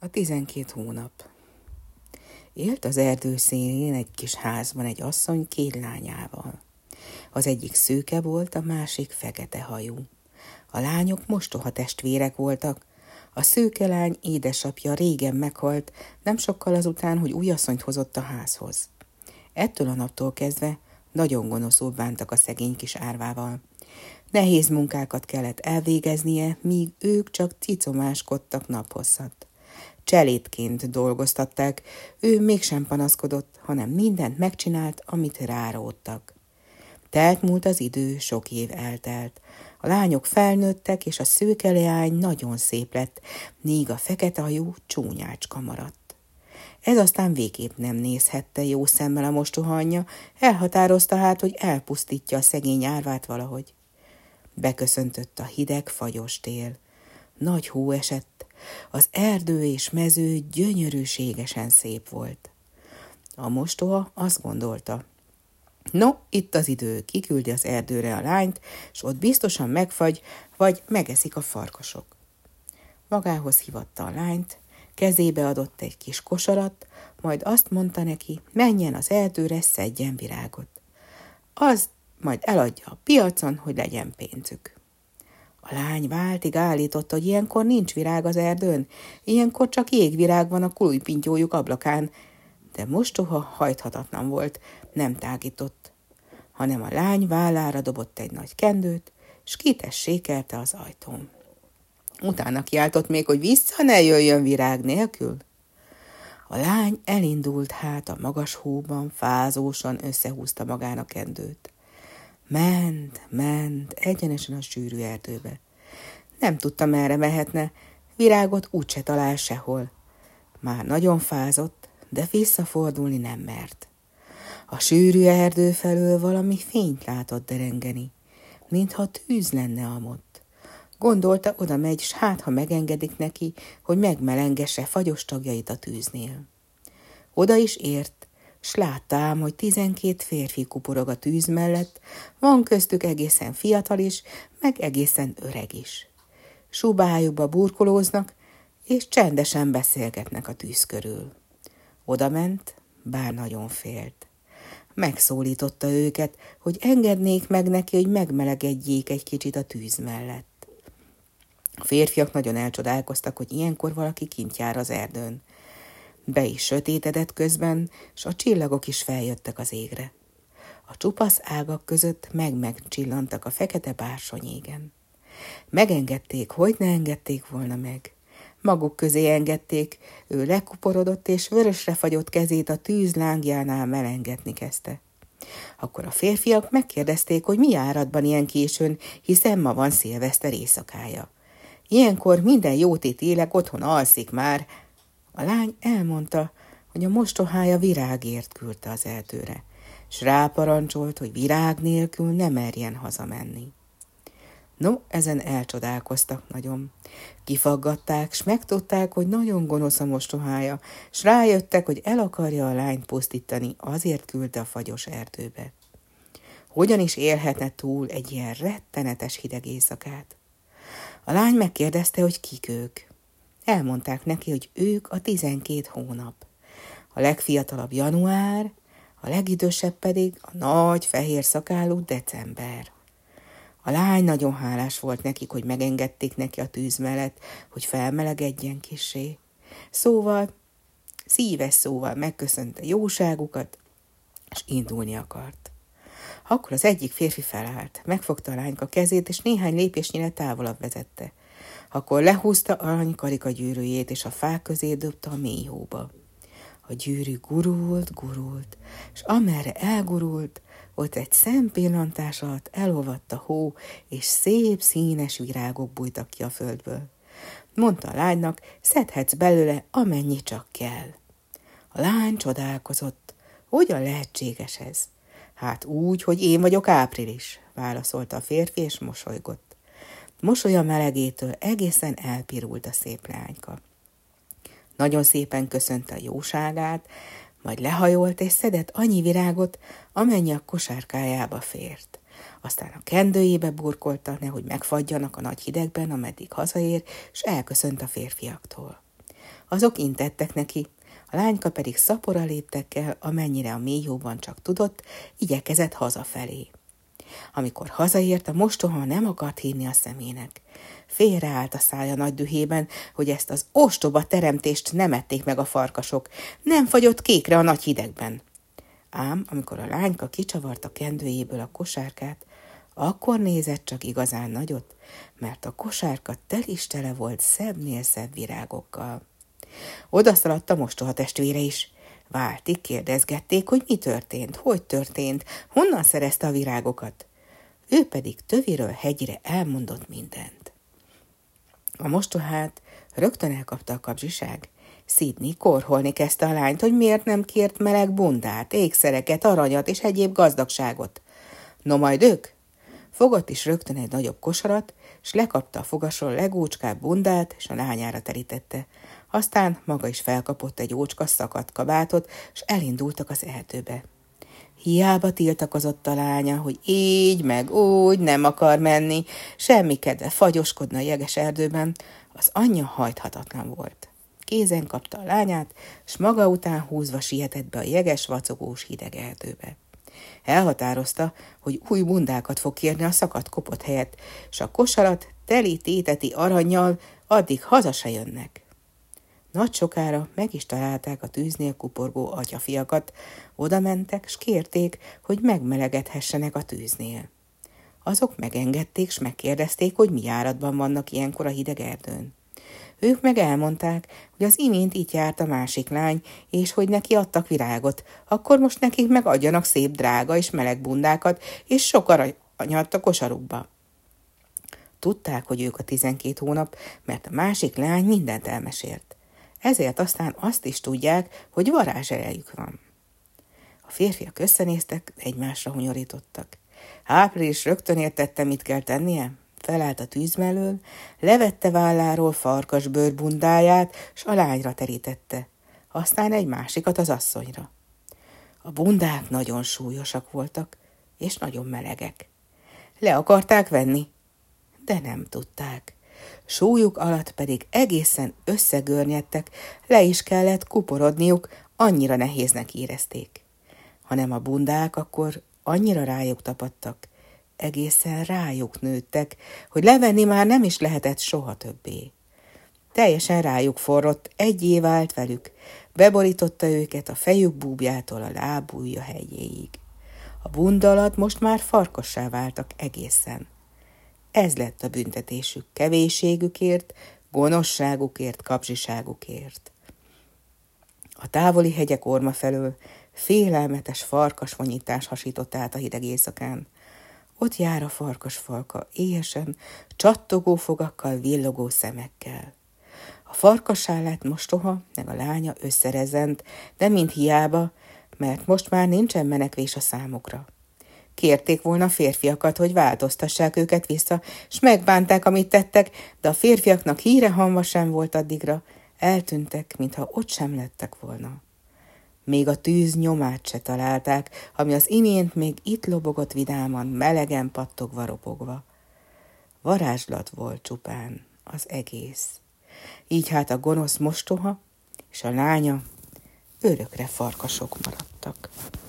A 12 hónap. Élt az erdő szélén egy kis házban egy asszony 2 lányával. Az egyik szőke volt, a másik fekete hajú. A lányok mostoha testvérek voltak. A szőke lány édesapja régen meghalt, nem sokkal azután, hogy új asszonyt hozott a házhoz. Ettől a naptól kezdve nagyon gonoszul bántak a szegény kis árvával. Nehéz munkákat kellett elvégeznie, míg ők csak cicomáskodtak naphosszat. Cselédként dolgoztatták, ő mégsem panaszkodott, hanem mindent megcsinált, amit ráródtak. Telt múlt az idő, sok év eltelt. A lányok felnőttek, és a szőke leány nagyon szép lett, míg a fekete hajú csúnyácska maradt. Ez aztán végképp nem nézhette jó szemmel a mostoha anyja, elhatározta hát, hogy elpusztítja a szegény árvát valahogy. Beköszöntött a hideg, fagyos tél. Nagy hó esett, az erdő és mező gyönyörűségesen szép volt. A mostoha azt gondolta, no, itt az idő, kiküldi az erdőre a lányt, s ott biztosan megfagy, vagy megeszik a farkasok. Magához hívatta a lányt, kezébe adott egy kis kosarat, majd azt mondta neki, menjen az erdőre, szedjen virágot. Az majd eladja a piacon, hogy legyen pénzük. A lány váltig állította, hogy ilyenkor nincs virág az erdőn, ilyenkor csak jégvirág van a kulujpintyójuk ablakán, de mostoha hajthatatlan volt, nem tágított, hanem a lány vállára dobott egy nagy kendőt, s kitessékelte az ajtón. Utána kiáltott még, hogy vissza ne jöjjön virág nélkül. A lány elindult hát a magas hóban, fázósan összehúzta magának kendőt. Ment, egyenesen a sűrű erdőbe. Nem tudta, merre mehetne, virágot úgyse talál sehol. Már nagyon fázott, de visszafordulni nem mert. A sűrű erdő felől valami fényt látott derengeni, mintha tűz lenne amott. Gondolta, oda megy, s hát, ha megengedik neki, hogy megmelengesse fagyos tagjait a tűznél. Oda is ért, s látta ám, hogy 12 férfi kuporog a tűz mellett, van köztük egészen fiatal is, meg egészen öreg is. Subájukba burkolóznak, és csendesen beszélgetnek a tűz körül. Oda ment, bár nagyon félt. Megszólította őket, hogy engednék meg neki, hogy megmelegedjék egy kicsit a tűz mellett. A férfiak nagyon elcsodálkoztak, hogy ilyenkor valaki kint jár az erdőn. Be is sötétedett közben, s a csillagok is feljöttek az égre. A csupasz ágak között megcsillantak a fekete bársonyégen. Megengedték, hogy ne engedték volna meg. Maguk közé engedték, ő lekuporodott, és vörösre fagyott kezét a tűz lángjánál melengetni kezdte. Akkor a férfiak megkérdezték, hogy mi áradban ilyen későn, hiszen ma van szilveszter éjszakája. Ilyenkor minden jótét élek otthon alszik már. A lány elmondta, hogy a mostohája virágért küldte az erdőre, s ráparancsolt, hogy virág nélkül ne merjen hazamenni. No, ezen elcsodálkoztak nagyon. Kifaggatták, s megtudták, hogy nagyon gonosz a mostohája, s rájöttek, hogy el akarja a lányt pusztítani, azért küldte a fagyos erdőbe. Hogyan is élhetne túl egy ilyen rettenetes hideg éjszakát? A lány megkérdezte, hogy kik ők. Elmondták neki, hogy ők a 12 hónap. A legfiatalabb január, a legidősebb pedig a nagy fehér szakálú december. A lány nagyon hálás volt nekik, hogy megengedték neki a tűz mellett, hogy felmelegedjen kissé. Szíves szóval megköszönte jóságukat, és indulni akart. Akkor az egyik férfi felállt, megfogta a lányka kezét, és néhány lépésnyire távolabb vezette. Akkor lehúzta aranykarika gyűrűjét, és a fák közé dobta a mély hóba. A gyűrű gurult, és amerre elgurult, ott egy szempillantás alatt elolvadt a hó, és szép színes virágok bújtak ki a földből. Mondta a lánynak, szedhetsz belőle, amennyi csak kell. A lány csodálkozott. Hogyan lehetséges ez? Hát úgy, hogy én vagyok Április, válaszolta a férfi, és mosolygott. Mosolya melegétől egészen elpirult a szép leányka. Nagyon szépen köszönte a jóságát, majd lehajolt és szedett annyi virágot, amennyi a kosárkájába fért. Aztán a kendőjébe burkolta, nehogy megfagyjanak a nagy hidegben, ameddig hazaér, s elköszönt a férfiaktól. Azok intettek neki, a lányka pedig szapora léptekkel, amennyire a mélyóban csak tudott, igyekezett hazafelé. Amikor hazaért, a mostoha nem akart hinni a szemének. Félreállt a szája nagy dühében, hogy ezt az ostoba teremtést nem ették meg a farkasok, nem fagyott kékre a nagy hidegben. Ám amikor a lányka kicsavarta kendőjéből a kosárkát, akkor nézett csak igazán nagyot, mert a kosárka tele volt szebbnél szebb virágokkal. Odaszaladt a mostoha testvére is. Váltig kérdezgették, hogy mi történt, hogy történt, honnan szerezte a virágokat. Ő pedig töviről hegyre elmondott mindent. A mostohát rögtön elkapta a kapzsiság. Sidney korholni kezdte a lányt, hogy miért nem kért meleg bundát, ékszereket, aranyat és egyéb gazdagságot. No majd ők? Fogott is rögtön egy nagyobb kosarat, s lekapta a fogasról legócskább bundát, és a lányára terítette. Aztán maga is felkapott egy ócska szakadt kabátot, s elindultak az erdőbe. Hiába tiltakozott a lánya, hogy így meg úgy nem akar menni, semmi kedve fagyoskodna a jeges erdőben, az anyja hajthatatlan volt. Kézen kapta a lányát, s maga után húzva sietett be a jeges, vacogós hideg erdőbe. Elhatározta, hogy új bundákat fog kérni a szakadt kopott helyett, s a kosarat teli téteti arannyal addig haza se jönnek. Nagy sokára meg is találták a tűznél kuporgó atyafiakat, oda mentek, s kérték, hogy megmelegedhessenek a tűznél. Azok megengedték, s megkérdezték, hogy mi járatban vannak ilyenkor a hideg erdőn. Ők meg elmondták, hogy az imént itt járt a másik lány, és hogy neki adtak virágot, akkor most nekik meg adjanak szép drága és meleg bundákat, és sok aranyat a kosarukba. Tudták, hogy ők a 12 hónap, mert a másik lány mindent elmesélt. Ezért aztán azt is tudják, hogy varázserejük van. A férfiak összenéztek, egymásra hunyorítottak. Április rögtön értette, mit kell tennie. Felállt a tűz mellől, levette válláról farkasbőr bundáját, s a lányra terítette. Aztán egy másikat az asszonyra. A bundák nagyon súlyosak voltak, és nagyon melegek. Le akarták venni, de nem tudták. Súlyuk alatt pedig egészen összegörnyedtek, le is kellett kuporodniuk, annyira nehéznek érezték. Hanem a bundák akkor annyira rájuk tapadtak, egészen rájuk nőttek, hogy levenni már nem is lehetett soha többé. Teljesen rájuk forrott, egy év állt velük, beborította őket a fejük búbjától a lábujja hegyéig. A bunda alatt most már farkassá váltak egészen. Ez lett a büntetésük kevéségükért, gonoszságukért, kapzsiságukért. A távoli hegyek orma felől félelmetes farkasvonyítás hasított át a hideg éjszakán. Ott jár a farkasfalka, éhesen, csattogó fogakkal, villogó szemekkel. A farkassá lett mostoha, meg a lánya összerezent, de mind hiába, mert most már nincsen menekvés a számukra. Kérték volna a férfiakat, hogy változtassák őket vissza, s megbánták, amit tettek, de a férfiaknak híre hamva sem volt addigra, eltűntek, mintha ott sem lettek volna. Még a tűz nyomát se találták, ami az imént még itt lobogott vidáman, melegen pattogva, ropogva. Varázslat volt csupán az egész. Így hát a gonosz mostoha és a lánya örökre farkasok maradtak.